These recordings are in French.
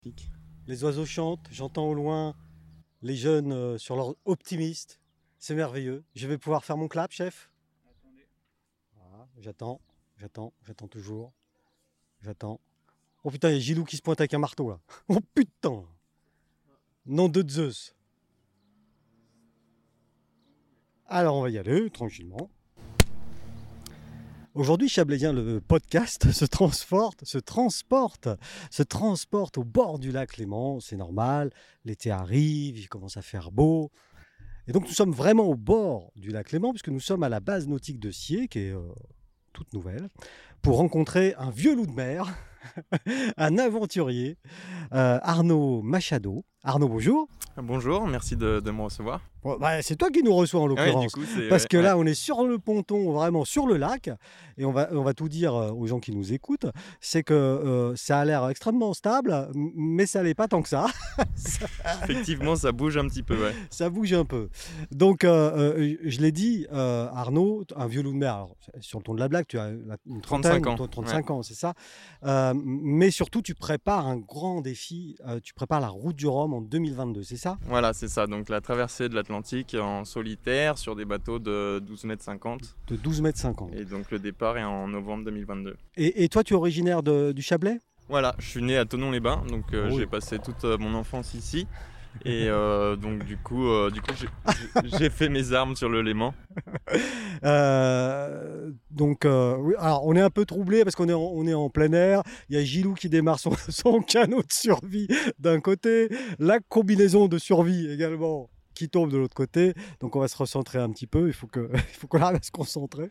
Les oiseaux chantent, j'entends au loin les jeunes sur leur optimiste. C'est merveilleux. Je vais pouvoir faire mon clap, chef. Attendez. Voilà, j'attends toujours. J'attends. Oh putain, il y a Gilou qui se pointe avec un marteau là. Oh putain. Nom de Zeus. Alors on va y aller tranquillement. Aujourd'hui, Chablaisien, le podcast se transporte au bord du lac Léman. C'est normal, l'été arrive, il commence à faire beau. Et donc nous sommes vraiment au bord du lac Léman, puisque nous sommes à la base nautique de Sciez, qui est toute nouvelle, pour rencontrer un vieux loup de mer, un aventurier, Arnaud Machado. Arnaud, bonjour. Bonjour, merci de me recevoir. Bon, bah, c'est toi qui nous reçois en l'occurrence, parce que là on est sur le ponton, vraiment sur le lac, et on va tout dire aux gens qui nous écoutent, c'est que ça a l'air extrêmement stable, mais ça l'est pas tant que ça. Effectivement, ça bouge un petit peu, ouais. Ça bouge un peu. Donc, je l'ai dit, Arnaud, un vieux loup de mer, alors, sur le ton de la blague, tu as une 35 ans. 35 ans, c'est ça. Mais surtout, tu prépares un grand défi, tu prépares la route du Rhum en 2022, c'est ça ? Voilà, c'est ça. Donc la traversée de l'Atlantique en solitaire sur des bateaux de 12,50 m. De 12,50 m. Et donc le départ est en novembre 2022. Et toi, tu es originaire du Chablais ? Voilà, je suis né à Thonon-les-Bains, donc Oui. j'ai passé toute mon enfance ici. Et donc du coup j'ai fait mes armes sur le Léman. Oui, alors on est un peu troublé parce on est en plein air. Il y a Gilou qui démarre son canot de survie d'un côté, la combinaison de survie également qui tombe de l'autre côté. Donc on va se recentrer un petit peu. Il faut qu'on arrive à se concentrer.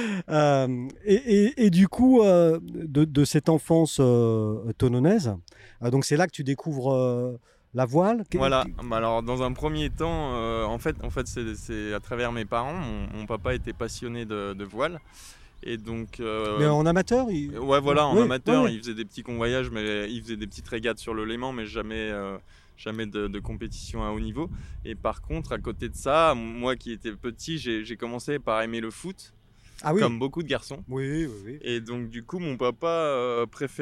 Et du coup, de cette enfance thononaise, donc c'est là que tu découvres la voile. Voilà, alors dans un premier temps, en fait c'est à travers mes parents. Mon papa était passionné de voile. Et donc, mais en amateur Ouais, voilà, en amateur, ouais. Il faisait des petits convoyages, mais il faisait des petites régates sur le Léman, mais jamais de compétition à haut niveau. Et par contre, à côté de ça, moi qui étais petit, j'ai commencé par aimer le foot. Ah oui. Comme beaucoup de garçons. Oui. Et donc du coup, mon papa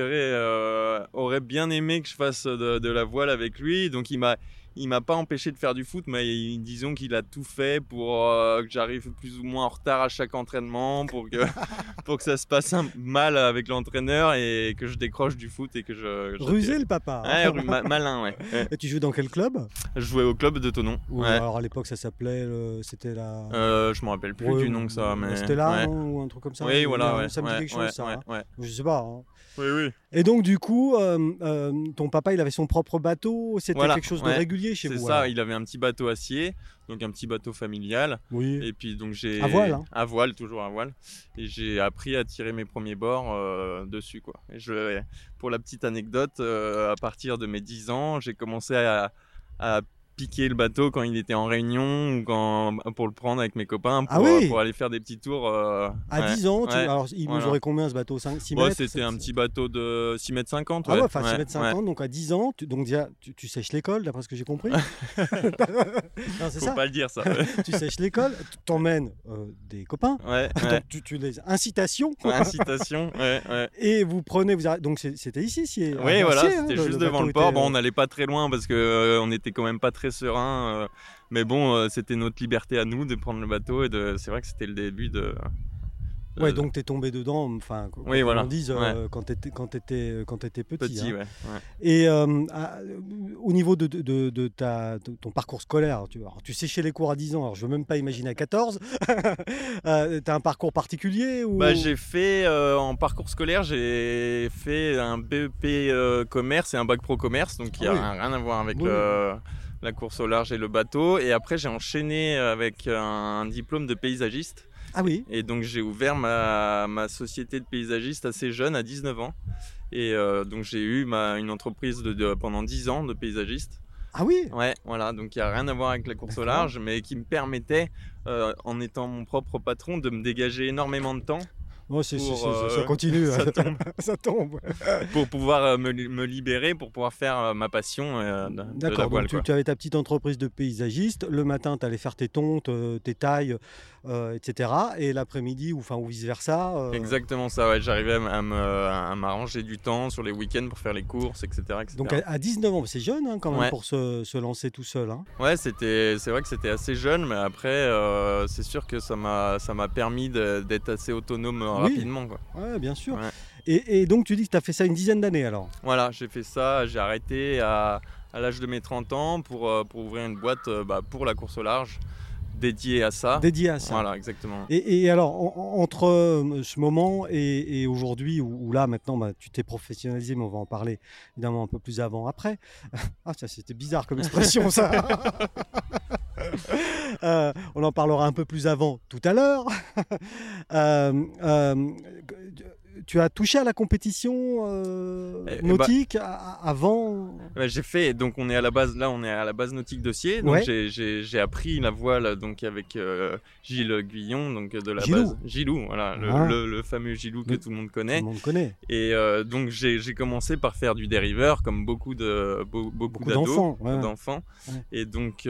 aurait bien aimé que je fasse de la voile avec lui. Donc il m'a pas empêché de faire du foot, mais disons qu'il a tout fait pour que j'arrive plus ou moins en retard à chaque entraînement, pour que ça se passe mal avec l'entraîneur et que je décroche du foot et que je Rusé le papa. Ouais, malin, ouais. Et tu joues dans quel club ? Je jouais au club de Thonon. Ouais. Alors à l'époque ça s'appelait, c'était la... je me rappelle plus du nom que ça, mais... C'était là, ou un truc comme ça. Oui, voilà, ouais. Ça me dit quelque chose, ça. Ouais. Je sais pas. Hein. Oui. Et donc du coup, ton papa, il avait son propre bateau. C'était quelque chose de régulier chez vous. C'est ça. Alors. Il avait un petit bateau acier, donc un petit bateau familial. Oui. Et puis donc à voile. Hein. À voile, toujours à voile. Et j'ai appris à tirer mes premiers bords dessus, quoi. Et pour la petite anecdote, à partir de mes 10 ans, j'ai commencé à piquer le bateau quand il était en réunion ou pour le prendre avec mes copains pour aller faire des petits tours. À 10 ans, alors il mesurait combien ce bateau ? 6 mètres ? C'était un petit bateau de 6,50 m. Ah ouais, enfin 6,50 m, donc à 10 ans, donc déjà tu sèches l'école, d'après ce que j'ai compris. Non, c'est Faut ça. pas le dire, ça. Tu sèches l'école, tu t'emmènes des copains, donc tu les incitations. Incitations, ouais. Et vous prenez, donc c'était ici, oui, voilà, c'était juste devant le port. Bon, on n'allait pas très loin parce que on était quand même pas très serein, mais bon, c'était notre liberté à nous de prendre le bateau c'est vrai que c'était le début de. Ouais, donc t'es tombé dedans, enfin, on dise, quand t'étais petit. Hein. Ouais. Et au niveau de ton parcours scolaire, tu séchais les cours à 10 ans, alors je veux même pas imaginer à 14. T'as un parcours particulier ou... J'ai fait, en parcours scolaire, j'ai fait un BEP commerce et un bac pro commerce, donc il n'y a rien à voir avec la course au large et le bateau. Et après, j'ai enchaîné avec un diplôme de paysagiste. Ah oui. Et donc j'ai ouvert ma société de paysagiste assez jeune, à 19 ans. Et donc j'ai eu une entreprise pendant 10 ans de paysagiste. Ah oui. Ouais, voilà, donc il n'y a rien à voir avec la course au large, mais qui me permettait, en étant mon propre patron, de me dégager énormément de temps. Ça continue, ça tombe. Pour pouvoir me libérer, pour pouvoir faire ma passion D'accord, de la voile. Donc tu avais ta petite entreprise de paysagiste. Le matin, tu allais faire tes tontes, tes tailles etc. Et l'après-midi, ou vice-versa. Exactement ça, ouais. J'arrivais à m'arranger du temps sur les week-ends pour faire les courses, etc. etc. Donc à 19 ans, c'est jeune quand même Ouais. pour se lancer tout seul. Ouais, c'est vrai que c'était assez jeune, mais après, c'est sûr que ça m'a permis d'être assez autonome rapidement, quoi. Ouais, bien sûr. Ouais. Et donc tu dis que tu as fait ça une dizaine d'années alors? Voilà, j'ai fait ça, j'ai arrêté à l'âge de mes 30 ans pour ouvrir une boîte pour la course au large, dédiée à ça. Dédié à ça. Voilà, exactement. Et alors, entre ce moment et aujourd'hui, où là maintenant tu t'es professionnalisé, mais on va en parler évidemment un peu plus avant, après. Ah, ça c'était bizarre comme expression ça. On en parlera un peu plus avant tout à l'heure. Tu as touché à la compétition nautique avant? J'ai fait, donc on est à la base nautique de Sciez, donc Ouais. j'ai appris la voile donc avec Gilles Guillon, donc de la Gilou. base. Gilou, voilà, le fameux Gilou que tout le monde connaît. Tout le monde connaît. Et donc j'ai commencé par faire du dériveur comme beaucoup d'ados, d'enfants. Ouais. Et donc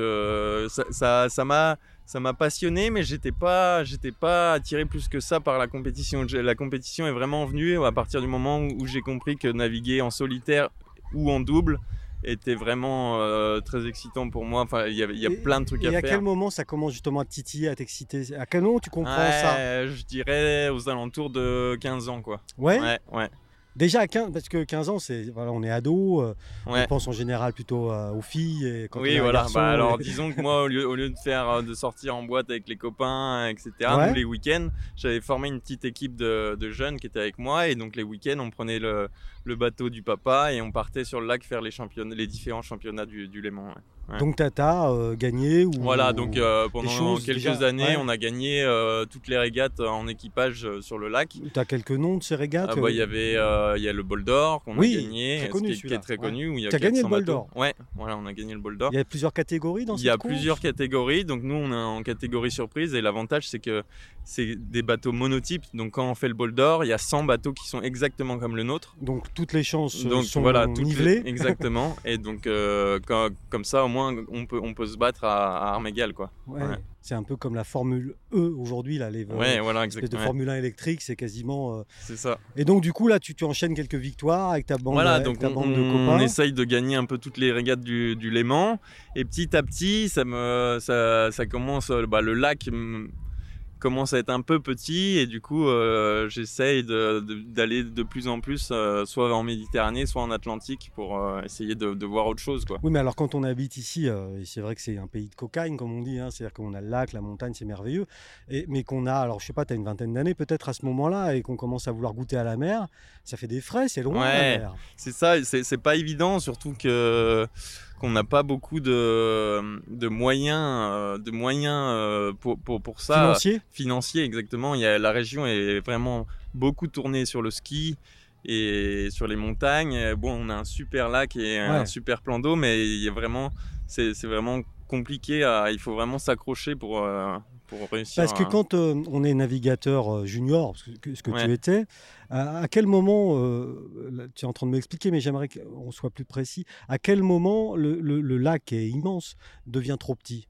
ça m'a passionné, mais j'étais pas attiré plus que ça par la compétition. La compétition est vraiment venue à partir du moment où j'ai compris que naviguer en solitaire ou en double était vraiment très excitant pour moi. Enfin, il y a plein de trucs à faire. Et à quel moment ça commence justement à te titiller, à t'exciter? À quel moment tu comprends ça? Je dirais aux alentours de 15 ans, quoi. Ouais. Déjà à 15, parce que 15 ans, on est ado, on pense en général plutôt aux filles. Et quand on est un garçon, alors disons que moi, au lieu de sortir en boîte avec les copains, etc., nous, les week-ends, j'avais formé une petite équipe de jeunes qui étaient avec moi, et donc les week-ends, on prenait le bateau du papa et on partait sur le lac faire les différents championnats du Léman. Ouais. Donc Tata gagné Voilà, donc pendant quelques années, on a gagné toutes les régates en équipage sur le lac. Tu as quelques noms de ces régates? Il y a le Bol d'Or qu'on a gagné, qui est très connu. Où il y a tu as gagné le Bol d'Or? Ouais, voilà, on a gagné le Bol d'Or. Il y a plusieurs catégories dans cette course? Il y a plusieurs catégories, donc nous on est en catégorie surprise, et l'avantage c'est que c'est des bateaux monotypes, donc quand on fait le Bol d'Or, il y a 100 bateaux qui sont exactement comme le nôtre. Donc toutes les chances sont nivelées. Exactement, et donc comme ça au moins on peut se battre à armes égales, quoi. Ouais. C'est un peu comme la Formule E aujourd'hui, là, exactement. De Formule 1 électrique, c'est quasiment. C'est ça. Et donc du coup là, tu enchaînes quelques victoires avec ta bande, voilà, de donc copains. On essaye de gagner un peu toutes les régates du Léman, et petit à petit, ça commence. Le lac commence à être un peu petit, et du coup j'essaye d'aller de plus en plus soit en Méditerranée, soit en Atlantique, pour essayer de voir autre chose, quoi. Oui, mais alors quand on habite ici, c'est vrai que c'est un pays de cocagne, comme on dit, c'est-à-dire qu'on a le lac, la montagne, c'est merveilleux, mais qu'on a, alors je sais pas, tu as une vingtaine d'années peut-être à ce moment-là, et qu'on commence à vouloir goûter à la mer, ça fait des frais, c'est loin la mer. C'est ça, c'est pas évident, surtout qu'on n'a pas beaucoup de moyens pour ça. Financiers, exactement. La région est vraiment beaucoup tournée sur le ski et sur les montagnes. Bon, on a un super lac et un super plan d'eau, mais c'est vraiment compliqué. Il faut vraiment s'accrocher pour réussir. Parce que quand on est navigateur junior, ce que tu étais, à quel moment, tu es en train de m'expliquer, mais j'aimerais qu'on soit plus précis, à quel moment le lac, qui est immense, devient trop petit?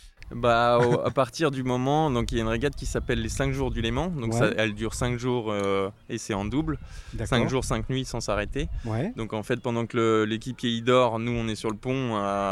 À partir du moment, donc il y a une régate qui s'appelle les 5 jours du Léman, donc elle dure 5 jours et c'est en double. D'accord. 5 jours, 5 nuits sans s'arrêter. Donc en fait, pendant que l'équipier y dort, nous on est sur le pont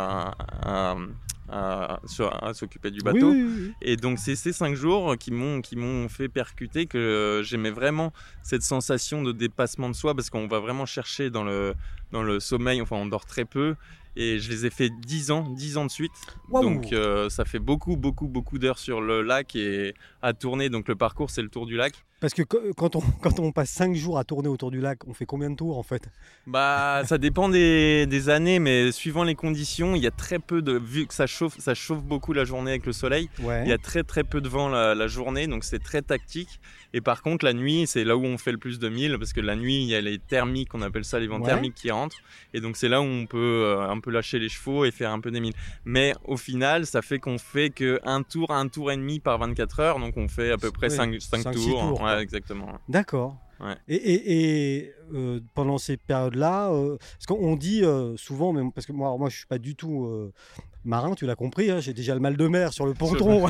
à s'occuper du bateau. Oui. Et donc c'est ces 5 jours qui m'ont fait percuter que j'aimais vraiment cette sensation de dépassement de soi, parce qu'on va vraiment chercher dans le sommeil, enfin on dort très peu. Et je les ai fait 10 ans de suite. Wow. Donc ça fait beaucoup d'heures sur le lac et à tourner. Donc le parcours, c'est le tour du lac. Parce que quand on passe 5 jours à tourner autour du lac, on fait combien de tours en fait? Ça dépend des années, mais suivant les conditions, il y a très peu vu que ça chauffe beaucoup la journée avec le soleil. Il y a très peu de vent la journée, donc c'est très tactique. Et par contre, la nuit, c'est là où on fait le plus de milles, parce que la nuit, il y a les thermiques, on appelle ça les vents thermiques qui rentrent. Et donc c'est là où on peut un peu lâcher les chevaux et faire un peu des milles. Mais au final, ça fait qu'on fait qu'un tour et demi par 24 heures, donc on fait à peu près 5 tours. Ouais, exactement. D'accord. Ouais. Et pendant ces périodes-là, parce qu'on dit souvent, parce que moi je suis pas du tout marin, tu l'as compris, hein, j'ai déjà le mal de mer sur le ponton.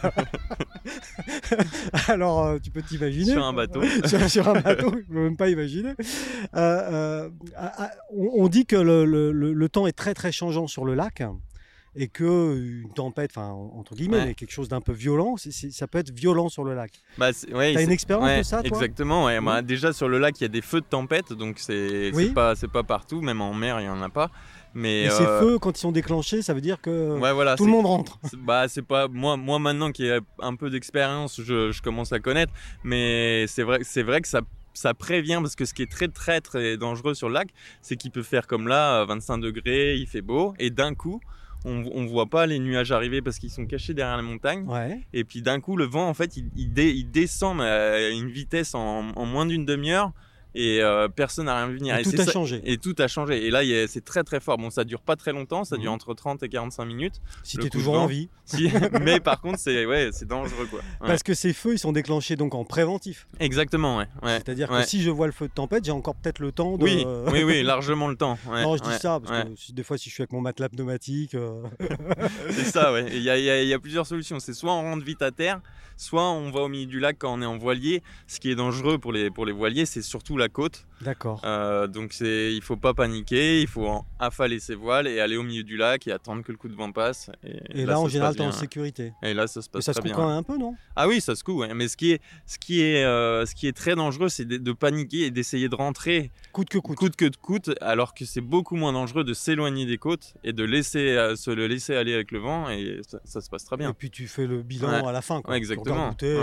Alors, tu peux t'imaginer. Sur un bateau. sur un bateau, je ne peux même pas imaginer. On dit que le temps est très très changeant sur le lac et qu'une tempête, enfin entre guillemets, mais quelque chose d'un peu violent, ça peut être violent sur le lac. Bah, t'as une expérience de ça, toi? Exactement, ouais. Bah, déjà sur le lac, il y a des feux de tempête, donc c'est pas partout, même en mer, il n'y en a pas. Mais ces feux, quand ils sont déclenchés, ça veut dire que voilà, tout le monde rentre. C'est pas moi maintenant qui ai un peu d'expérience, je commence à connaître, mais c'est vrai que ça prévient, parce que ce qui est très très très dangereux sur le lac, c'est qu'il peut faire comme là, 25 degrés, il fait beau, et d'un coup, on voit pas les nuages arriver parce qu'ils sont cachés derrière la montagne. Ouais. Et puis d'un coup, le vent, en fait, il descend à une vitesse en moins d'une demi-heure. Et personne n'a rien vu venir. Et tout a changé. Et tout a changé. Et là, c'est très très fort. Bon, ça dure pas très longtemps, ça dure entre 30 et 45 minutes. Si tu es toujours en vie. Mais par contre, c'est dangereux, quoi. Ouais. Parce que ces feux, ils sont déclenchés donc en préventif. Exactement, ouais. C'est-à-dire que si je vois le feu de tempête, j'ai encore peut-être le temps de... Oui, largement le temps. Ouais, non, je dis ça, parce que des fois, si je suis avec mon matelas pneumatique... C'est ça, ouais. Il y a plusieurs solutions. C'est soit on rentre vite à terre, soit on va au milieu du lac quand on est en voilier. Ce qui est dangereux pour les voiliers, c'est surtout la côte. D'accord. Donc il faut pas paniquer, il faut affaler ses voiles et aller au milieu du lac et attendre que le coup de vent passe. Et là en général, tu es en sécurité. Et là, ça se passe très bien. Ça se secoue quand même un peu, non? Ah oui, ça secoue. Ouais. Mais ce qui est très dangereux, c'est de paniquer et d'essayer de rentrer coûte que coûte. Coûte que coûte, alors que c'est beaucoup moins dangereux de s'éloigner des côtes et de se le laisser aller avec le vent, et ça se passe très bien. Et puis tu fais le bilan à la fin, quoi. Ouais, exactement. Goûter,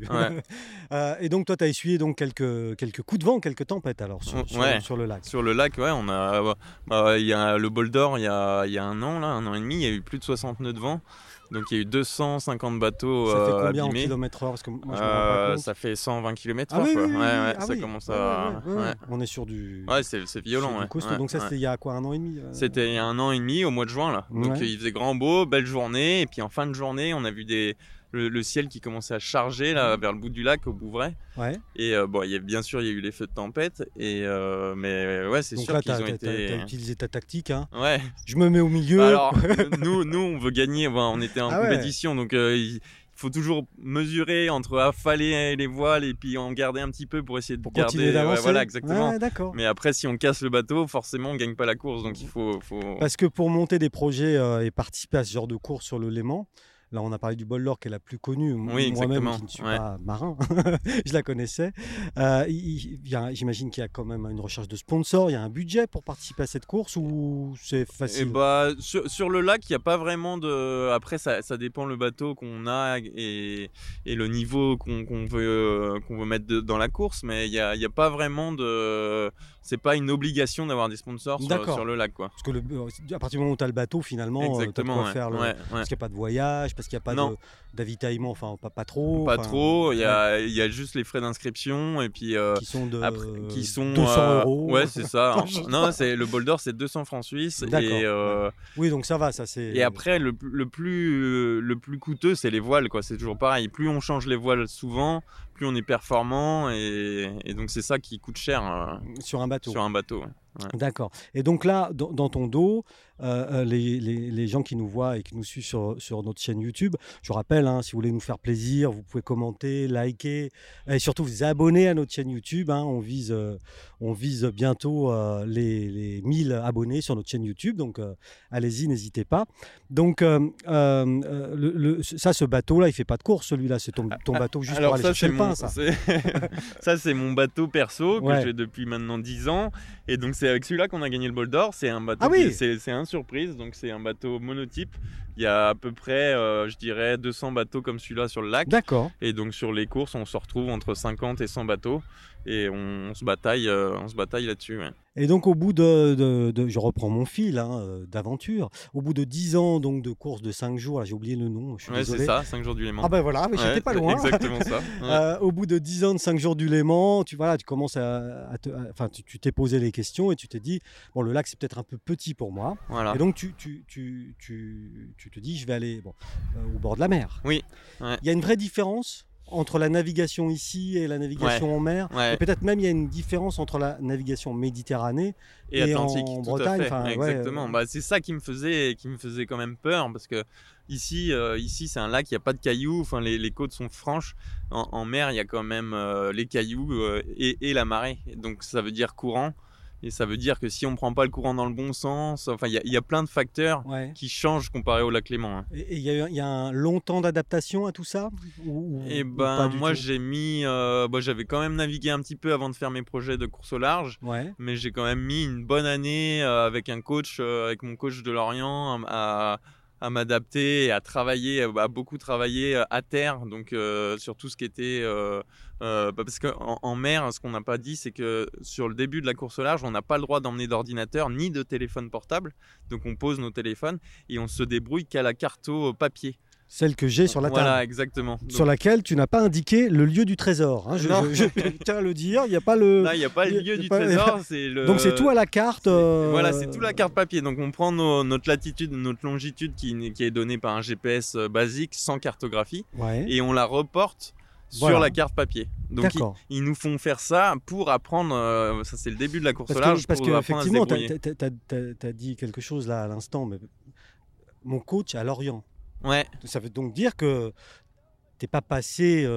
et donc toi, tu as essuyé donc quelques coups de vent, quelques tempêtes alors sur le lac. Sur le lac, ouais, on a il y a le Bol d'Or il y a un an et demi, il y a eu plus de 60 nœuds de vent. Donc il y a eu 250 bateaux abîmés. Ça fait combien abîmés. En kilomètres-heure? Parce que moi, je me rends pas compte. Ça fait 120 km/h. Oui, commence à... On est sur du... Ouais, c'est violent. Du costaud. Donc ça, c'était il y a quoi, 1 an et demi C'était il y a 1 an et demi, au mois de juin, là. Donc il faisait grand beau, belle journée. Et puis en fin de journée, on a vu le ciel qui commençait à charger là, vers le bout du lac, au Bouvray. Ouais. Et bien sûr, il y a eu les feux de tempête. Mais ouais, c'est donc sûr là, qu'ils ont été... Donc là, tu as utilisé ta tactique. Hein. Ouais. Je me mets au milieu. Alors, nous, on veut gagner. On était en compétition, donc... il faut toujours mesurer entre affaler les voiles et puis en garder un petit peu pour essayer de continuer d'avancer. Voilà, exactement. Ouais, d'accord. Mais après, si on casse le bateau, forcément, on gagne pas la course. Donc il faut... Parce que pour monter des projets et participer à ce genre de course sur le Léman, là, on a parlé du Bol d'Or qui est la plus connue. Oui, moi-même, qui ne suis pas marin, je la connaissais. J'imagine qu'il y a quand même une recherche de sponsors. Il y a un budget pour participer à cette course ou c'est facile? Sur le lac, il n'y a pas vraiment de... Après, ça dépend le bateau qu'on a et le niveau qu'on veut mettre dans la course. Mais il n'y a pas vraiment de... C'est pas une obligation d'avoir des sponsors sur le lac, quoi. Parce que à partir du moment où tu as le bateau, finalement, tu as quoi faire. Parce qu'il n'y a pas de voyage, parce qu'il n'y a pas d'avitaillement, enfin pas trop. Pas trop, il y a juste les frais d'inscription et puis qui sont 200 euros. Ouais, c'est ça. Non, le Bol d'Or, c'est 200 francs suisses. D'accord. Oui, donc ça va, ça c'est. Et après, le plus coûteux, c'est les voiles, quoi. C'est toujours pareil. Plus on change les voiles souvent, plus on est performant, et donc c'est ça qui coûte cher sur un bateau. Sur un bateau. Ouais. D'accord. Et donc là, dans ton dos, les gens qui nous voient et qui nous suivent sur notre chaîne YouTube, je vous rappelle, si vous voulez nous faire plaisir, vous pouvez commenter, liker et surtout vous abonner à notre chaîne YouTube. On vise bientôt les 1000 abonnés sur notre chaîne YouTube, donc allez-y, n'hésitez pas. Donc ce bateau-là, il fait pas de course, celui-là, c'est ton bateau juste pour aller chercher le pain, ça. Ça, c'est mon bateau perso que j'ai depuis maintenant 10 ans. Et donc c'est avec celui-là qu'on a gagné le Bol d'Or. C'est un bateau, c'est un surprise, donc c'est un bateau monotype. Il y a à peu près, je dirais, 200 bateaux comme celui-là sur le lac. D'accord. Et donc sur les courses, on se retrouve entre 50 et 100 bateaux. Et on se bataille là-dessus. Ouais. Et donc au bout je reprends mon fil d'aventure, au bout de 10 ans donc, de course de 5 jours, là, j'ai oublié le nom, je suis désolé. C'est ça, 5 jours du Léman. Ah ben voilà, j'étais pas loin. Exactement ça. Au bout de 10 ans de 5 jours du Léman, tu commences tu t'es posé les questions et tu t'es dit, bon, le lac c'est peut-être un peu petit pour moi. Voilà. Et donc tu te dis, je vais aller au bord de la mer. Oui. Il y a une vraie différence entre la navigation ici et la navigation en mer. Ouais. Et peut-être même il y a une différence entre la navigation Méditerranée Et Atlantique, en tout Bretagne. à fait. Enfin, Exactement. Bah, c'est ça qui me faisait quand même peur parce que ici c'est un lac, il n'y a pas de cailloux. Enfin, les côtes sont franches. En mer, il y a quand même les cailloux et la marée. Et donc ça veut dire courant. Et ça veut dire que si on ne prend pas le courant dans le bon sens, enfin, il y a plein de facteurs qui changent comparé au lac Léman. Hein. Et il y a un long temps d'adaptation à tout ça Et moi j'ai mis, j'avais quand même navigué un petit peu avant de faire mes projets de course au large, mais j'ai quand même mis une bonne année avec un coach, avec mon coach de Lorient, à m'adapter et à travailler, à beaucoup travailler à terre, donc sur tout ce qui était parce qu'en mer, ce qu'on n'a pas dit, c'est que sur le début de la course au large, on n'a pas le droit d'emmener d'ordinateur ni de téléphone portable, donc on pose nos téléphones et on se débrouille qu'à la carto papier. Celle que j'ai sur la table. Voilà, exactement. Donc, sur laquelle tu n'as pas indiqué le lieu du trésor. Hein. Je tiens à le dire, il n'y a pas le... Là, il n'y a pas le lieu du trésor. Donc c'est tout à la carte. Voilà, c'est tout la carte papier. Donc on prend notre latitude, notre longitude qui est donnée par un GPS basique sans cartographie et on la reporte sur la carte papier. Donc ils nous font faire ça pour apprendre, ça c'est le début de la course au large, parce pour apprendre à se débrouiller. Tu as dit quelque chose là à l'instant, mais mon coach à Lorient. Ouais. Ça veut donc dire que t'es pas passé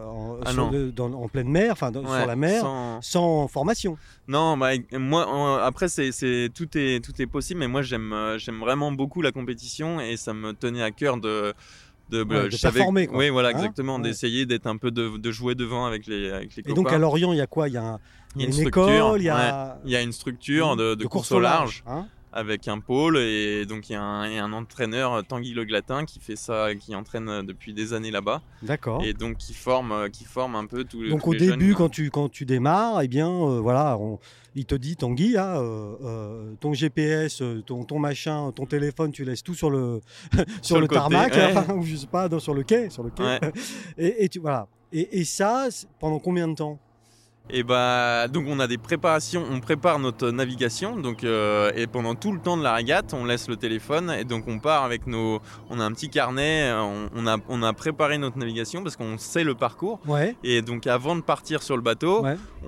en pleine mer, sur la mer, sans formation. Non, moi après tout est possible, mais moi j'aime vraiment beaucoup la compétition et ça me tenait à cœur de performer. Quoi. Oui, voilà, exactement, d'essayer d'être un peu de jouer devant avec les copains. Et donc à Lorient, il y a quoi? Il y a une structure, école, il y a une structure de course au large. Avec un pôle et donc il y a un entraîneur, Tanguy Le Glatin, qui fait ça, qui entraîne depuis des années là-bas. D'accord. Et donc qui forme un peu tous les jeunes. Donc au début, quand tu démarres, eh bien il te dit Tanguy, ton GPS, ton machin, ton téléphone, tu laisses tout sur le sur le tarmac, ou je sais pas, sur le quai. Ouais. Et ça, pendant combien de temps? Et donc on a des préparations, on prépare notre navigation, donc et pendant tout le temps de la régate, on laisse le téléphone et donc on part avec on a un petit carnet, on a préparé notre navigation parce qu'on sait le parcours. Et donc avant de partir sur le bateau,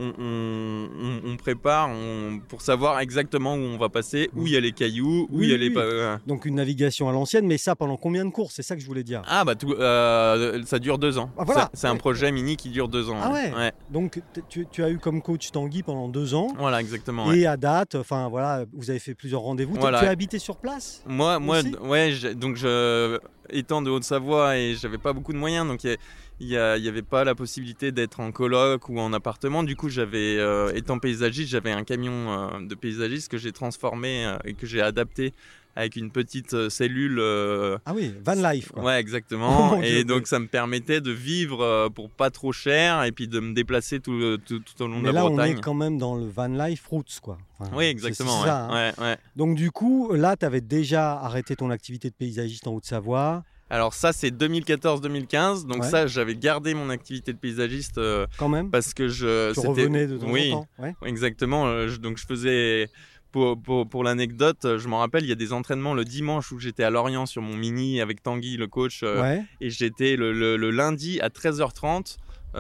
on prépare pour savoir exactement où on va passer, où il y a les cailloux, où il y a les donc une navigation à l'ancienne, mais ça pendant combien de courses? C'est ça que je voulais dire. Ah ça dure 2 ans. C'est un projet mini qui dure 2 ans. Ah ouais. Donc tu as eu comme coach Tanguy pendant 2 ans. Voilà, exactement. Et à date, vous avez fait plusieurs rendez-vous. Tu as habité sur place? Moi, donc étant de Haute-Savoie et j'avais pas beaucoup de moyens, donc il y avait pas la possibilité d'être en coloc ou en appartement. Du coup, étant paysagiste, j'avais un camion de paysagiste que j'ai transformé et que j'ai adapté avec une petite cellule. Ah oui, van life. Quoi. Ouais, exactement. Et donc ça me permettait de vivre pour pas trop cher et puis de me déplacer tout au long de la Bretagne. Mais là, on est quand même dans le van life roots, quoi. Oui, exactement. C'est ça, hein. Ouais. Donc du coup, là, tu avais déjà arrêté ton activité de paysagiste en Haute-Savoie. Alors ça, c'est 2014-2015. Donc ça, j'avais gardé mon activité de paysagiste quand même. Parce que tu revenais de temps en temps. Oui, exactement. Donc je faisais... Pour l'anecdote, je m'en rappelle, il y a des entraînements le dimanche où j'étais à Lorient sur mon mini avec Tanguy, le coach, et j'étais le lundi à 13h30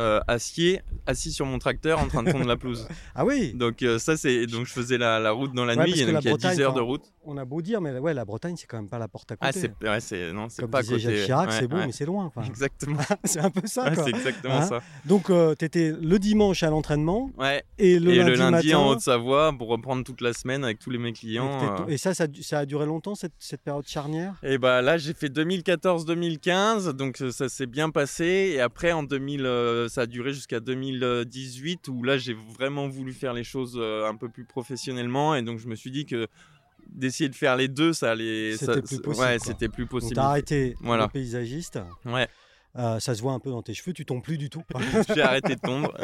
assis sur mon tracteur en train de tondre la pelouse. Ah oui. Donc donc je faisais la route dans la nuit, et donc il y a 10 heures de route. On a beau dire, mais la Bretagne, c'est quand même pas la porte à côté. C'est comme pas à disait côté. Jacques Chirac, c'est beau, mais c'est loin. Exactement. C'est un peu ça. Quoi. C'est exactement ça. Donc tu étais le dimanche à l'entraînement et le lundi matin, en Haute-Savoie pour reprendre toute la semaine avec tous mes clients. Et ça a duré longtemps, cette période charnière? Et là, j'ai fait 2014-2015, donc ça s'est bien passé. Et après, en 2000, ça a duré jusqu'à 2018, où là, j'ai vraiment voulu faire les choses un peu plus professionnellement. Et donc, je me suis dit que d'essayer de faire les deux, c'était plus possible. C'était plus possible. Donc, t'as arrêté le paysagiste. Ouais. Ça se voit un peu dans tes cheveux, tu tombes plus du tout. J'ai arrêté de tondre.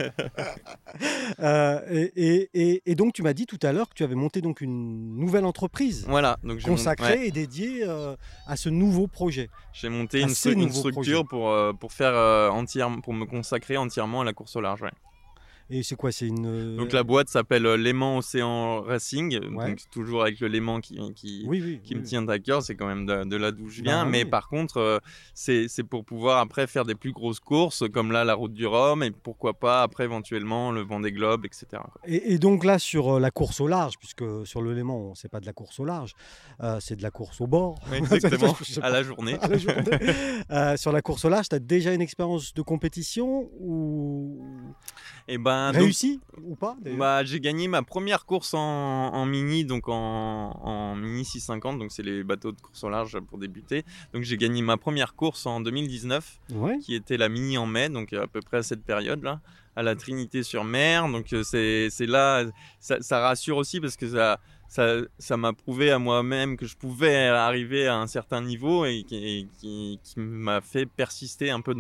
Et donc tu m'as dit tout à l'heure que tu avais monté donc une nouvelle entreprise, donc consacrée et dédiée à ce nouveau projet. J'ai monté une structure pour faire pour me consacrer entièrement à la course au large. Et c'est quoi? C'est une. Donc la boîte s'appelle Léman Océan Racing, Ouais. donc toujours avec le Léman qui Oui, oui. me oui. tient à cœur, c'est quand même de là d'où je viens. Bah Mais oui. par contre, c'est pour pouvoir après faire des plus grosses courses, comme là la Route du Rhum, et pourquoi pas après éventuellement le Vendée Globe, etc. quoi. Et donc là, sur la course au large, puisque sur le Léman, c'est pas de la course au large, c'est de la course au bord. Ouais, exactement, Je sais à pas, la journée. à la journée. Sur la course au large, tu as déjà une expérience de compétition ou Et ben donc réussie ou pas d'ailleurs? bah, j'ai gagné ma première course en mini, donc en mini 650, donc c'est les bateaux de course au large pour débuter. Donc j'ai gagné ma première course en 2019, Ouais. qui était la mini en mai, donc à peu près à cette période-là, à la Trinité-sur-Mer. Donc c'est là, ça rassure aussi parce que ça m'a prouvé à moi-même que je pouvais arriver à un certain niveau et qui m'a fait persister un peu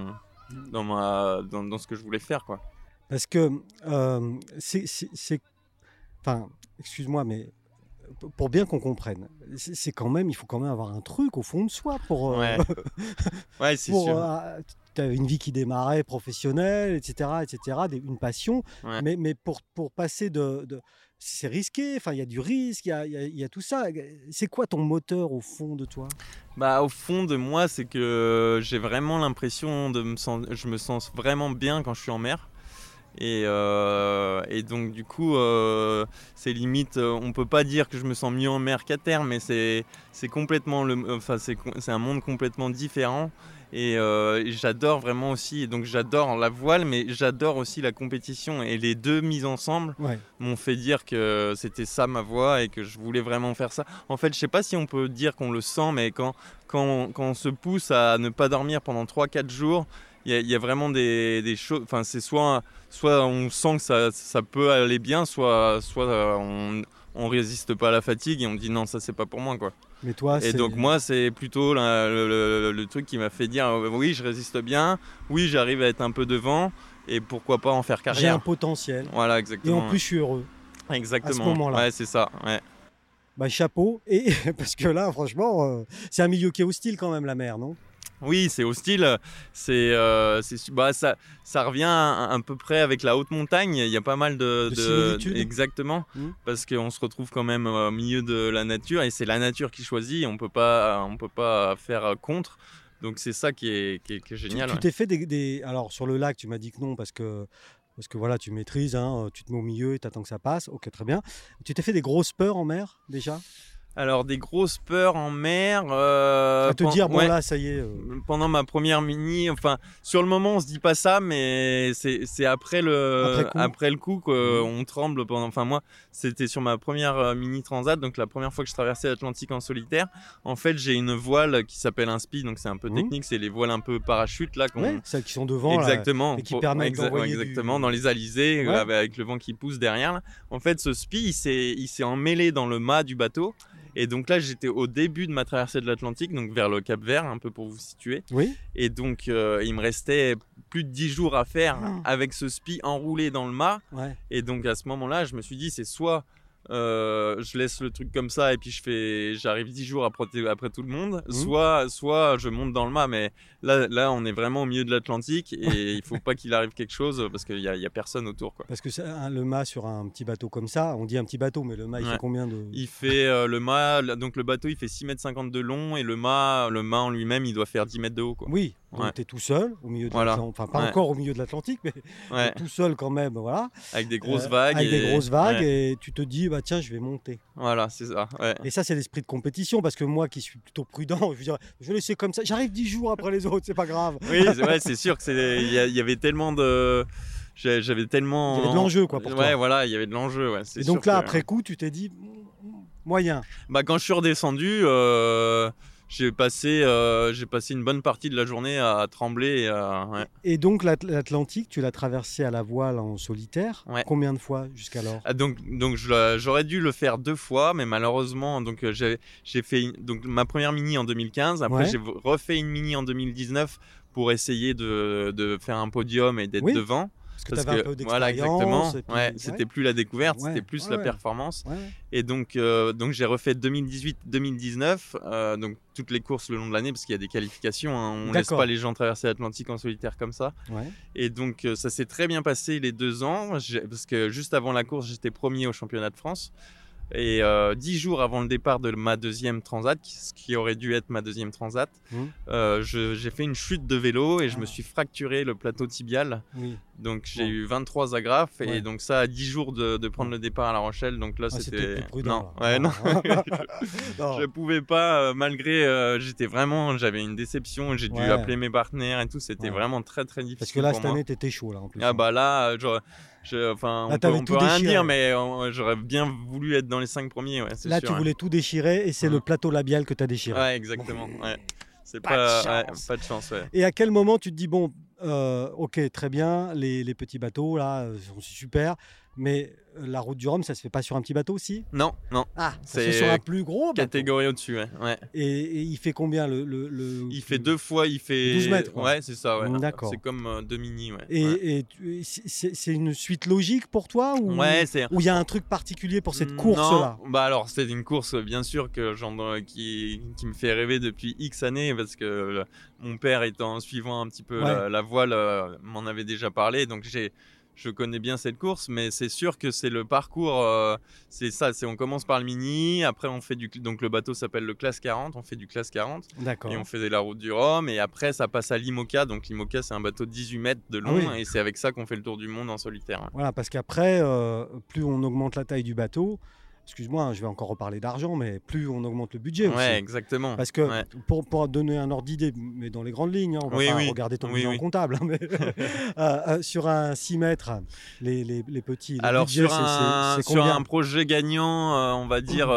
dans ce que je voulais faire, quoi. Parce que enfin, excuse-moi, mais pour bien qu'on comprenne, c'est quand même, il faut quand même avoir un truc au fond de soi pour, Ouais, ouais, c'est pour, sûr. tu avais une vie qui démarrait professionnelle, etc., etc., une passion, Ouais. mais pour passer c'est risqué, enfin, il y a du risque, il y a tout ça. C'est quoi ton moteur au fond de toi? Bah, au fond de moi, c'est que j'ai vraiment l'impression je me sens vraiment bien quand je suis en mer. Et donc du coup, c'est limite, on peut pas dire que je me sens mieux en mer qu'à terre, mais c'est complètement c'est un monde complètement différent. Et j'adore vraiment aussi, et donc j'adore la voile, mais j'adore aussi la compétition. Et les deux mises ensemble Ouais. m'ont fait dire que c'était ça ma voie et que je voulais vraiment faire ça. En fait, je sais pas si on peut dire qu'on le sent, mais quand on se pousse à ne pas dormir pendant 3-4 jours, il y a vraiment des choses. Enfin, c'est soit on sent que ça peut aller bien, soit on résiste pas à la fatigue et on dit non, ça c'est pas pour moi, quoi. Mais toi, Et c'est. donc moi, c'est plutôt le truc qui m'a fait dire oui, je résiste bien, oui, j'arrive à être un peu devant, et pourquoi pas en faire J'ai un carrière. potentiel. Voilà, Et en exactement. plus, je suis heureux à ce Exactement. moment-là. Ouais, c'est ça. Ouais. Bah, chapeau. Et parce que là, franchement, c'est un milieu qui est hostile quand même, la mer, non? Oui, c'est hostile. Bah, ça revient à peu près avec la haute montagne. Il y a pas mal De similitudes. exactement, Hmm. parce qu'on se retrouve quand même au milieu de la nature et c'est la nature qui choisit. On peut pas faire contre. Donc c'est ça qui est génial. Tu Ouais. t'es fait Alors, sur le lac, tu m'as dit que non, parce que voilà, tu maîtrises, hein, tu te mets au milieu et t'attends que ça passe. Ok, très bien. Tu t'es fait des grosses peurs en mer, déjà? Alors des grosses peurs en mer. À te dire, bon ouais. là, ça y est. Pendant ma première mini, enfin sur le moment on se dit pas ça, mais c'est après le coup qu'on tremble pendant. Enfin moi c'était sur ma première mini transat, donc la première fois que je traversais l'Atlantique en solitaire. En fait j'ai une voile qui s'appelle un spi, donc c'est un peu technique, c'est les voiles un peu parachute là Ouais, celles qui sont devant, là, exactement, et qui permettent d'envoyer exactement dans les alizés, Ouais. avec le vent qui pousse derrière là. En fait ce spi il s'est emmêlé dans le mât du bateau. Et donc là, j'étais au début de ma traversée de l'Atlantique, donc vers le Cap Vert, un peu pour vous situer. Oui. Et donc, il me restait plus de 10 jours à faire Oh. avec ce spi enroulé dans le mât. Ouais. Et donc, à ce moment-là, je me suis dit, c'est soit je laisse le truc comme ça et puis j'arrive 10 jours après tout le monde, soit je monte dans le mât. Mais là, on est vraiment au milieu de l'Atlantique et il faut pas qu'il arrive quelque chose parce qu'il y a personne autour, quoi. Parce que le mât sur un petit bateau comme ça, on dit un petit bateau, mais le mât, il fait combien de... Il fait le mât, donc le bateau, il fait 6,50 m de long et le mât en lui-même, il doit faire 10 mètres de haut, quoi. Oui, donc tu es tout seul au milieu de l'Atlantique, enfin pas encore au milieu de l'Atlantique, mais tout seul quand même, voilà. Avec des grosses vagues. Avec des grosses vagues, et tu te dis, bah tiens, je vais monter. Voilà, c'est ça. Ouais. Et ça, c'est l'esprit de compétition, parce que moi qui suis plutôt prudent, je veux dire, je vais laisser comme ça, j'arrive 10 jours après les autres, c'est pas grave. Oui, c'est sûr que il y avait tellement de... J'avais tellement... Il y avait de l'enjeu, quoi, pour toi. Ouais, voilà, il y avait de l'enjeu, ouais. Et donc là, après coup, tu t'es dit, moyen. Bah, quand je suis redescendu, j'ai passé une bonne partie de la journée à trembler. Ouais. Et donc l'Atlantique, tu l'as traversé à la voile en solitaire. Ouais. Combien de fois jusqu'alors? Donc j'aurais dû le faire 2 fois, mais malheureusement, donc j'ai fait ma première mini en 2015. Après, j'ai refait une mini en 2019 pour essayer de faire un podium et d'être devant. Parce que tu avais un peu voilà, exactement. d'expérience. Et puis, Ouais, c'était plus la découverte, Ouais, c'était plus ouais, la ouais. performance. Ouais, ouais. Et donc j'ai refait 2018-2019, donc toutes les courses le long de l'année, parce qu'il y a des qualifications, hein. On laisse D'accord. pas les gens traverser l'Atlantique en solitaire comme ça. Ouais. Et donc ça s'est très bien passé les 2 ans, parce que juste avant la course, j'étais premier au championnat de France. Et 10 jours avant le départ de ma deuxième transat, ce qui aurait dû être ma deuxième transat, j'ai fait une chute de vélo et je me suis fracturé le plateau tibial. Oui. Donc j'ai eu 23 agrafes Ouais. et donc ça à 10 jours de prendre le départ à La Rochelle. Donc là C'était plus prudent. non, ouais, non. Non. Je pouvais pas, malgré j'avais une déception, j'ai dû appeler mes partenaires et tout, c'était vraiment très très difficile. Parce que là, pour cette moi. année, t'étais chaud là en plus. Ah bah là, on peut rien dire, mais j'aurais bien voulu être dans les 5 premiers. Ouais, c'est là, sûr, tu ouais. voulais tout déchirer et c'est le plateau labial que tu as déchiré. Ouais, exactement. Ouais. C'est Pas de ouais, chance. pas de chance. Ouais. Et à quel moment tu te dis, bon, ok, très bien, les petits bateaux là sont super, mais la route du Rhum, ça se fait pas sur un petit bateau aussi? Non. Ah, ça se fait sur un plus gros bateau. Catégorie au-dessus, ouais. Et il fait combien Il fait 2 fois, il fait 12 mètres, quoi. Ouais, c'est ça, ouais. D'accord. C'est comme 2 mini, ouais. Et c'est une suite logique pour toi ou Ouais, il y a un truc particulier pour cette course-là? Non, bah alors c'est une course bien sûr que qui me fait rêver depuis X années parce que mon père étant suivant un petit peu la voile m'en avait déjà parlé, donc je connais bien cette course, mais c'est sûr que c'est le parcours, c'est ça, on commence par le mini, après on fait donc le bateau s'appelle le Classe 40, on fait du Classe 40. D'accord. Et on faisait la route du Rhum, et après ça passe à l'IMOCA, donc l'IMOCA c'est un bateau de 18 mètres de long, et c'est avec ça qu'on fait le tour du monde en solitaire. Voilà, parce qu'après, plus on augmente la taille du bateau, excuse-moi, hein, je vais encore reparler d'argent, mais plus on augmente le budget aussi. Ouais, exactement. Parce que pour donner un ordre d'idée, mais dans les grandes lignes, hein, on va pas regarder ton bilan comptable, hein, mais sur un 6 mètres, les petits, le alors budget, c'est sur combien? un projet gagnant, on va dire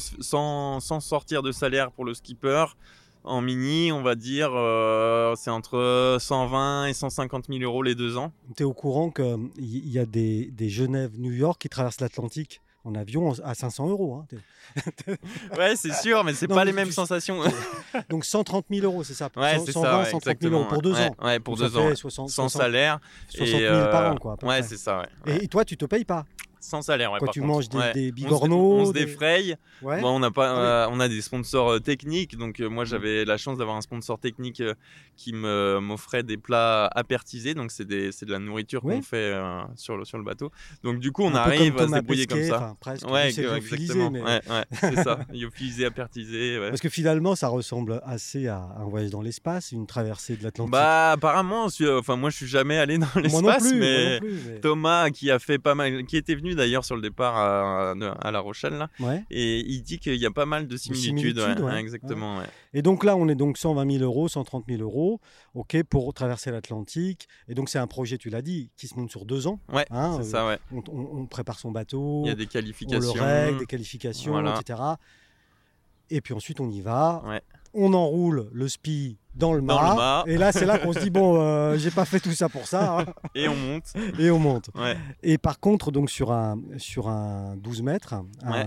sans sortir de salaire pour le skipper, en mini, on va dire c'est entre 120 et 150 000 euros les 2 ans. Tu es au courant qu'il y a des Genève-New York qui traversent l'Atlantique en avion à 500 euros. Hein. Ouais, c'est sûr, mais c'est pas les mêmes sensations. Donc 130 000 euros, c'est ça? Ouais, c'est ça, ouais, 130 000 euros pour 2 ans. Ouais, pour donc 2 ans. 60, sans salaire. 60 000 par an, quoi. À peu Ouais, près. c'est ça, ouais. Et toi, tu te payes pas? Sans salaire, ouais. Quand par tu contre. manges des On bigorneaux, se défraye. Ouais. Bon, on a des sponsors techniques, donc moi j'avais la chance d'avoir un sponsor technique qui m'offrait des plats apertisés, donc c'est de la nourriture qu'on fait sur le bateau. Donc du coup on arrive à se débrouiller comme ça. Presque. Ouais, C'est exactement. mais... Ouais, c'est ça. Lyophilisé, apertisé. Ouais. Parce que finalement, ça ressemble assez à un voyage dans l'espace, une traversée de l'Atlantique. Bah apparemment, moi je suis jamais allé dans l'espace, mais Thomas qui a fait pas mal, qui était venu d'ailleurs sur le départ à La Rochelle là, et il dit qu'il y a pas mal de similitudes. Exactement. Ouais. Et donc là, on est donc 120 000 euros, 130 000 euros, ok, pour traverser l'Atlantique. Et donc c'est un projet, tu l'as dit, qui se monte sur 2 ans. Ouais, c'est ça. Ouais. On prépare son bateau. Il y a des qualifications. On le règle, des qualifications, etc. Et puis ensuite, on y va. Ouais. On enroule le SPI dans le mât. Et là, c'est là qu'on se dit, bon, j'ai pas fait tout ça pour ça. Hein. Et on monte. Et on monte. Ouais. Et par contre, donc sur un 12 mètres,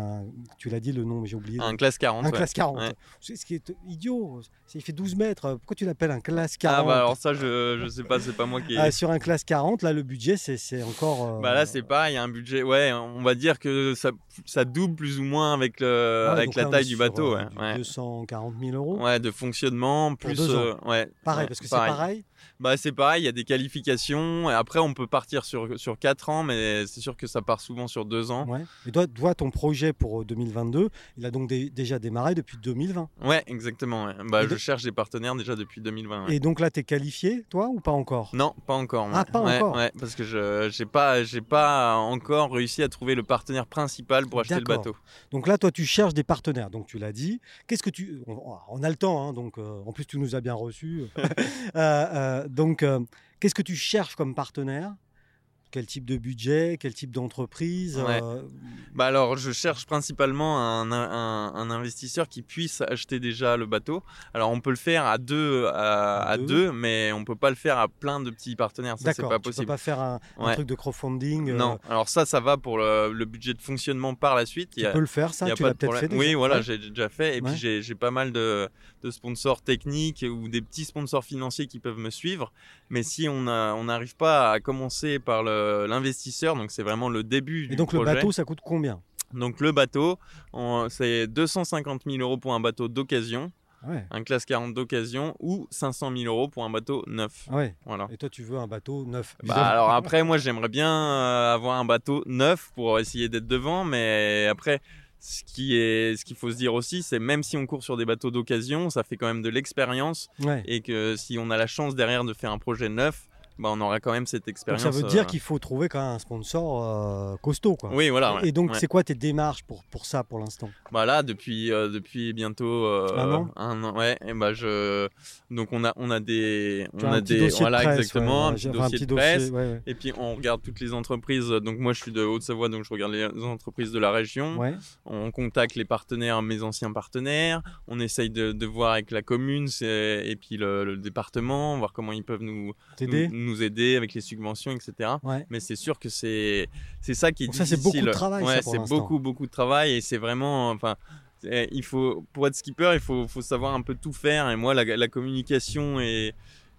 tu l'as dit le nom, mais j'ai oublié. Un classe 40. Un classe 40. Ouais. C'est ce qui est idiot. Il fait 12 mètres. Pourquoi tu l'appelles un classe 40? Ah bah alors ça, je sais pas, c'est pas moi qui... Sur un classe 40, là, le budget, c'est encore... Bah là, c'est pareil, il y a un budget... Ouais, on va dire que ça double plus ou moins avec la taille du bateau. 240 000 euros. Ouais, de fonctionnement, plus... Pour 2 ans. Pareil, parce que c'est pareil. Bah c'est pareil, il y a des qualifications, et après on peut partir sur 4 ans, mais c'est sûr que ça part souvent sur 2 ans. Ouais. Et toi, ton projet pour 2022, il a donc déjà démarré depuis 2020. Ouais, exactement. Ouais. Bah, je cherche des partenaires déjà depuis 2020. Ouais. Et donc là, tu es qualifié, toi, ou pas encore? Non, pas encore. Ah, pas encore. Ouais, parce que j'ai pas encore réussi à trouver le partenaire principal pour acheter le bateau. Donc là, toi, tu cherches des partenaires, donc tu l'as dit. Qu'est-ce que tu... On a le temps, hein, donc en plus, tu nous as bien reçus. Donc, qu'est-ce que tu cherches comme partenaire quel type de budget, quel type d'entreprise Ouais. Bah alors, je cherche principalement un investisseur qui puisse acheter déjà le bateau. Alors, on peut le faire à deux, mais on peut pas le faire à plein de petits partenaires. Ça, c'est D'accord, pas tu peux possible. pas faire un truc de crowdfunding. Non, alors ça va pour le budget de fonctionnement par la suite. Tu peux le faire, ça, y a tu pas l'as de peut-être problème. fait déjà. Oui, voilà, Ouais. j'ai déjà fait. Et Ouais. puis j'ai pas mal de sponsors techniques ou des petits sponsors financiers qui peuvent me suivre. Mais si on n'arrive pas à commencer par l'investisseur, donc c'est vraiment le début du projet. Et donc le bateau, ça coûte combien? Donc le bateau, c'est 250 000 € pour un bateau d'occasion, Ouais. un classe 40 d'occasion, ou 500 000 € pour un bateau neuf. Ouais. Voilà. Et toi, tu veux un bateau neuf. Bah alors après, moi j'aimerais bien avoir un bateau neuf pour essayer d'être devant, mais après, ce qu'il faut se dire aussi, c'est même si on court sur des bateaux d'occasion, ça fait quand même de l'expérience, Ouais. et que si on a la chance derrière de faire un projet neuf, bah on aura quand même cette Donc expérience. ça veut dire qu'il faut trouver quand même un sponsor costaud, quoi. Oui, voilà. Ouais. Et donc, Ouais. c'est quoi tes démarches pour ça, pour l'instant? Bah là, depuis bientôt un an, ouais. Et bah donc on a des, Tu as un petit dossier voilà, de presse, exactement, ouais, un petit enfin, dossier de presse. ouais. Et puis on regarde toutes les entreprises. Donc moi je suis de Haute-Savoie, donc je regarde les entreprises de la région. Ouais. On contacte les partenaires, mes anciens partenaires. On essaye de voir avec la commune et puis le département, voir comment ils peuvent nous aider avec les subventions, etc. Ouais. Mais c'est sûr que c'est ça qui est Donc ça, difficile. c'est beaucoup de travail, ouais, ça, pour c'est l'instant. beaucoup de travail, et c'est vraiment, enfin, pour être skipper, il faut savoir un peu tout faire. Et moi, la communication et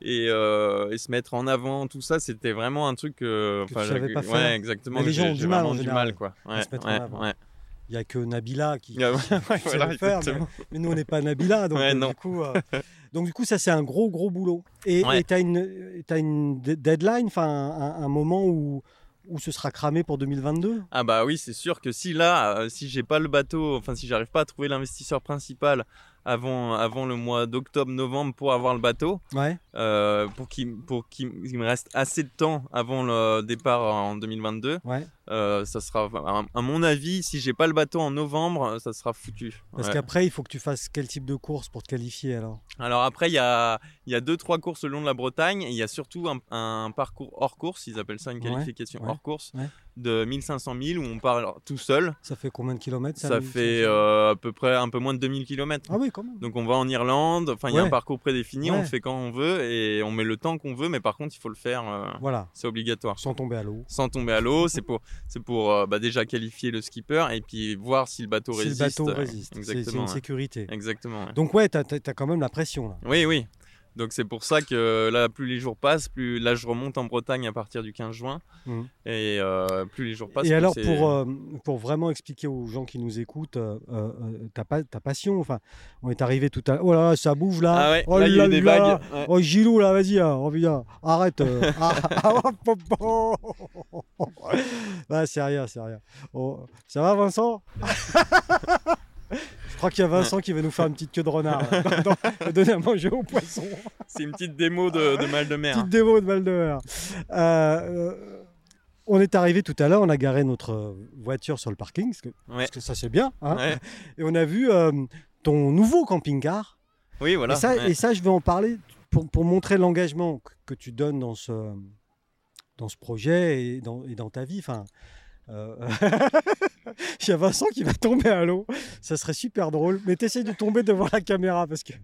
se mettre en avant, tout ça, c'était vraiment un truc tu savais pas faire. Ouais, exactement. Mais les gens ont J'ai du mal, vraiment en du général, mal, quoi. à se mettre en avant. Il n'y a que Nabila qui Ouais, sait voilà, le faire, exactement. mais nous on n'est pas Nabila, donc, Ouais, non. Du coup ça c'est un gros boulot. Et Ouais. tu as une deadline, enfin un moment où ce sera cramé pour 2022? Ah bah oui, c'est sûr que si j'ai pas le bateau, enfin si j'arrive pas à trouver l'investisseur principal avant le mois d'octobre-novembre pour avoir le bateau, Ouais. pour qu'il me reste assez de temps avant le départ en 2022, Ouais. ça sera, à mon avis, si j'ai pas le bateau en novembre, ça sera foutu. Parce Ouais. qu'après il faut que tu fasses quel type de course pour te qualifier alors? Alors après, il y a 2-3 courses le long de la Bretagne, et il y a surtout un parcours hors course, ils appellent ça une qualification hors course, de 1500 000 où on part tout seul. Ça fait combien de kilomètres? Ça fait à peu près un peu moins de 2000 km. Ah oui, quand même. Donc on va en Irlande, enfin il y a un parcours prédéfini, on Ouais. le fait quand on veut et on met le temps qu'on veut, mais par contre il faut le faire, Voilà, c'est obligatoire. sans tomber à l'eau. Sans tomber à l'eau, c'est pour déjà qualifier le skipper et puis voir si le bateau Si résiste. le bateau résiste, c'est Exactement. une sécurité. Exactement. Ouais. Donc ouais, t'as quand même la pression là. Oui. Donc c'est pour ça que là, plus les jours passent, plus là je remonte en Bretagne à partir du 15 juin. Mhm. Et plus les jours passent. Et plus alors c'est- pour vraiment expliquer aux gens qui nous écoutent ta passion, enfin, on est arrivé tout à l'heure. Oh là là, ça bouge là. Ah ouais, Oh là il y a là eu des là. vagues. Ouais. Oh Gilou là, vas-y, hein, reviens, arrête. Ah, c'est rien. Oh, ça va Vincent? Je crois qu'il y a Vincent qui va nous faire une petite queue de renard, là, donner à manger aux poissons. C'est une petite démo de mal de mer. Petite démo de mal de mer. On est arrivé tout à l'heure, on a garé notre voiture sur le parking, parce que ça c'est bien. Hein, Ouais. et on a vu ton nouveau camping-car. Oui, voilà. Et ça, je vais en parler pour montrer l'engagement que tu donnes dans ce projet et dans ta vie. Enfin, il y a Vincent qui va tomber à l'eau. Ça serait super drôle. Mais t'essayes de tomber devant la caméra parce que...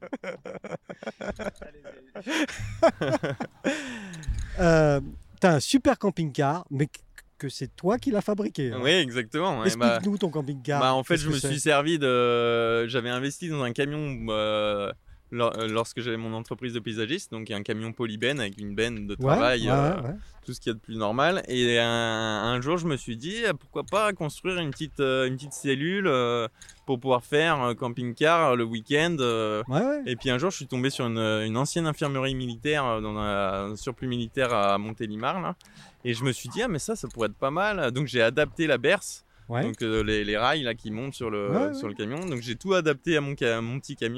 T'as un super camping-car, mais que c'est toi qui l'as fabriqué. Hein. Oui, exactement. Ouais, Explique-nous ton camping-car. En fait, je me suis servi j'avais investi dans un camion lorsque j'avais mon entreprise de paysagiste, donc un camion polybène avec une benne de travail, tout ce qu'il y a de plus normal. Et un jour, je me suis dit, pourquoi pas construire une petite cellule pour pouvoir faire camping-car le week-end. Et puis un jour, je suis tombé sur une ancienne infirmerie militaire dans un surplus militaire à Montélimar, là. Et je me suis dit, mais ça pourrait être pas mal. Donc j'ai adapté la berce, donc les rails là, qui montent sur le camion. Donc j'ai tout adapté à mon petit camion.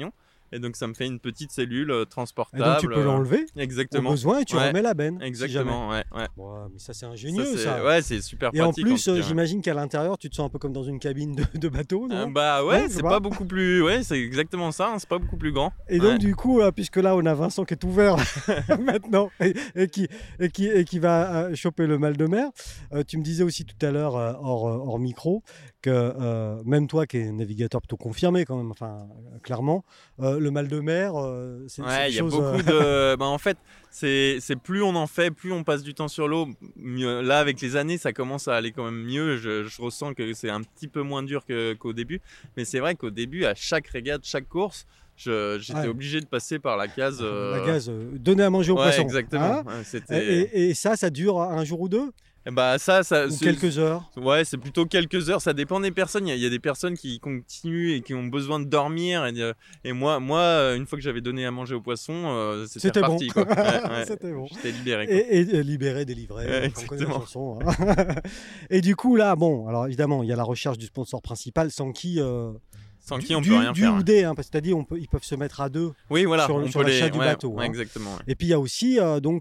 Et donc ça me fait une petite cellule Et transportable. donc tu peux l'enlever au Exactement. besoin et tu Ouais. remets la benne. Exactement, ouais. Bon, mais ça c'est ingénieux ça. Ouais, c'est super Et en pratique. plus, tout cas. j'imagine qu'à l'intérieur, tu te sens un peu comme dans une cabine de bateau, non? Bah Ouais, ouais, je c'est vois. pas beaucoup plus. Ouais, c'est exactement ça, hein, c'est pas beaucoup plus grand. Et donc Ouais. du coup, puisque là on a Vincent qui est ouvert maintenant et qui va choper le mal de mer, tu me disais aussi tout à l'heure hors micro que même toi qui es navigateur plutôt confirmé quand même, enfin clairement, le mal de mer, c'est Ouais, des il y a choses. beaucoup de. Bah, en fait, c'est plus on en fait, plus on passe du temps sur l'eau. Mieux. Là, avec les années, ça commence à aller quand même mieux. Je ressens que c'est un petit peu moins dur qu'au début. Mais c'est vrai qu'au début, à chaque régate, chaque course, j'étais Ouais. obligé de passer par la case. La gaz, donner à manger aux Ouais, poissons. exactement. Hein. Ouais, c'était. Et ça dure un jour ou deux? Bah ça Ou quelques heures? Ouais, c'est plutôt quelques heures. Ça dépend des personnes. Il y a des personnes qui continuent et qui ont besoin de dormir. Et moi, une fois que j'avais donné à manger aux poissons, c'était C'était bon. reparti. Quoi. Ouais. C'était bon. J'étais libéré. Quoi. Et libéré, délivré, Ouais, on connaît la exactement. chanson. Hein. Et du coup, là, bon, alors évidemment, il y a la recherche du sponsor principal sans qui. Sans qui on peut rien du faire. ou des, hein, parce que tu as dit ils peuvent se mettre à deux Oui, voilà, sur on peut l'achat les. du Ouais, bateau. ouais, Hein. exactement. Ouais. Et puis il y a aussi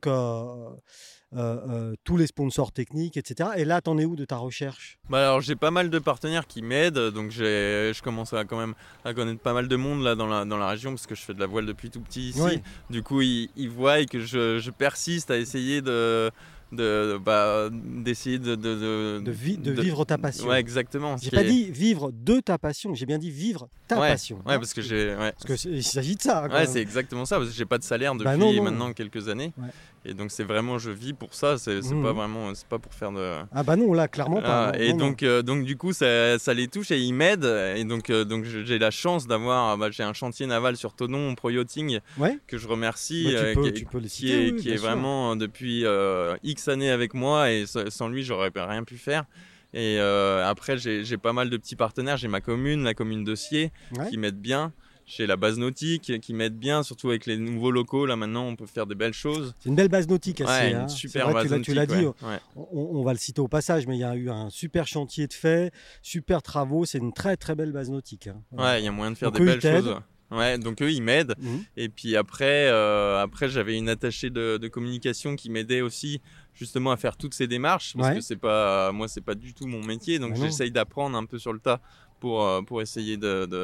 tous les sponsors techniques, etc. Et là, t'en es où de ta recherche? Bah alors j'ai pas mal de partenaires qui m'aident, donc je commence quand même à connaître pas mal de monde là dans la région parce que je fais de la voile depuis tout petit ici. Ouais. Du coup ils voient que je persiste à essayer d'essayer De vivre ta passion. Ouais, exactement. J'ai pas dit vivre de ta passion, j'ai bien dit vivre ta Ouais, passion. ouais, hein. parce que j'ai. Ouais. Parce qu'il s'agit de ça. Hein, quand Ouais, même. c'est exactement ça, parce que j'ai pas de salaire depuis Bah non. maintenant quelques années. Ouais. Et donc c'est vraiment, je vis pour ça, c'est pas vraiment, c'est pas pour faire de. Ah bah non, là, clairement pas. Et non. donc du coup ça les touche et ils m'aident. Et donc j'ai la chance d'avoir, j'ai un chantier naval sur Thonon Pro Yachting Ouais. que je remercie, Bah, tu peux les citer, oui, qui bien est sûr. vraiment depuis X années avec moi, et sans lui j'aurais rien pu faire. Et après j'ai pas mal de petits partenaires, j'ai ma commune, la commune de Sciez, Ouais. qui m'aide bien. J'ai la base nautique qui m'aide bien, surtout avec les nouveaux locaux. Là maintenant, on peut faire des belles choses. C'est une belle base nautique. Ouais, assez, une hein. super C'est vrai, base tu l'as nautique. dit. Ouais. On va le citer au passage, mais il y a eu un super chantier de fait, super travaux. C'est une très très belle base nautique. Hein. Ouais, il y a moyen de faire Donc des eux, belles ils t'aident. choses. Ouais, donc eux, ils m'aident. Mhm. Et puis après j'avais une attachée de communication qui m'aidait aussi justement à faire toutes ces démarches, parce Ouais. que moi, c'est pas du tout mon métier. Donc Ah non. j'essaye d'apprendre un peu sur le tas pour essayer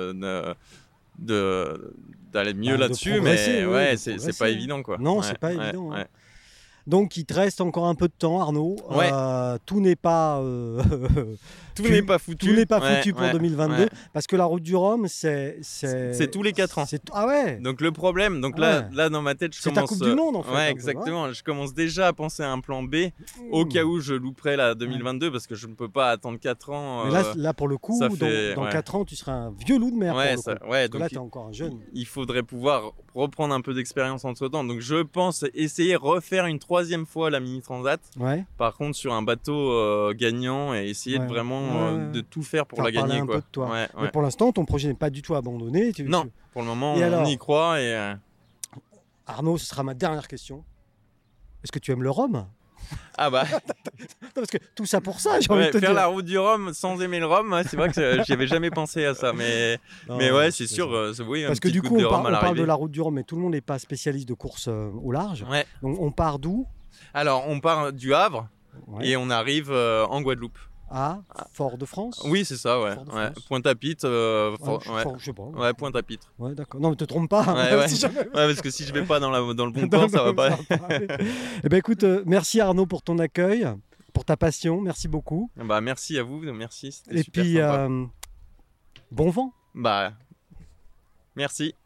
d'aller mieux Bah, de là-dessus. progresser, Mais ouais, ouais, de c'est progresser, pas hein. évident, quoi. Non, Ouais, c'est pas ouais, évident, hein. ouais. Donc il te reste encore un peu de temps, Arnaud. Ouais. Tout n'est pas Tout n'est pas foutu. Tout n'est pas Ouais, foutu pour ouais, 2022 ouais. parce que la route du Rhum, C'est tous les 4 ans. Ah ouais. Donc le problème, Ah là dans ma tête, je C'est commence. ta Coupe du Monde en fait. un Ouais, peu, exactement. Je commence déjà à penser à un plan B au Mmh. cas où je louperais la 2022, parce que je ne peux pas attendre 4 ans. Mais là, pour le coup, ça fait- dans ouais. 4 ans, tu seras un vieux loup de mer. Ouais, pour le ça- coup. ouais, Parce que donc là, tu es encore un jeune. il faudrait pouvoir reprendre un peu d'expérience entre temps. Donc je pense essayer refaire une 3e fois la Mini Transat. Ouais. Par contre, sur un bateau gagnant, et essayer de Ouais. vraiment Ouais. de tout faire pour Faire la parler gagner, un quoi. peu de toi. Ouais, Mais ouais. pour l'instant, ton projet n'est pas du tout abandonné. Non, pour le moment, Et on alors y croit. Et Arnaud, ce sera ma dernière question. Est-ce que tu aimes le rhum? ah bah. Non, parce que tout ça pour ça, j'ai envie Ouais, de te faire dire. la route du rhum sans aimer le rhum, ouais, c'est vrai que j'y avais jamais pensé à ça, mais Non, ouais, je c'est sûr, plaisante. oui, Parce que du coup, on parle de la route du Rhum, mais tout le monde n'est pas spécialiste de course au large. Ouais. Donc on part d'où? Alors on part du Havre Ouais. et on arrive en Guadeloupe. À Fort-de-France. Oui, c'est ça, ouais. Fort-de-France. Ouais. Pointe-à-Pitre, Ouais, ouais. je sais pas. Ouais, Pointe-à-Pitre. Ouais, d'accord. Non, mais te trompe pas. Ouais, ouais. Si jamais- Ouais, parce que si je vais pas dans le bon Non, port, ça va non, pas. aller. Eh ben écoute, merci Arnaud pour ton accueil, pour ta passion. Merci beaucoup. Bah merci à vous, merci. C'était Et super puis, sympa. bon vent. Bah merci.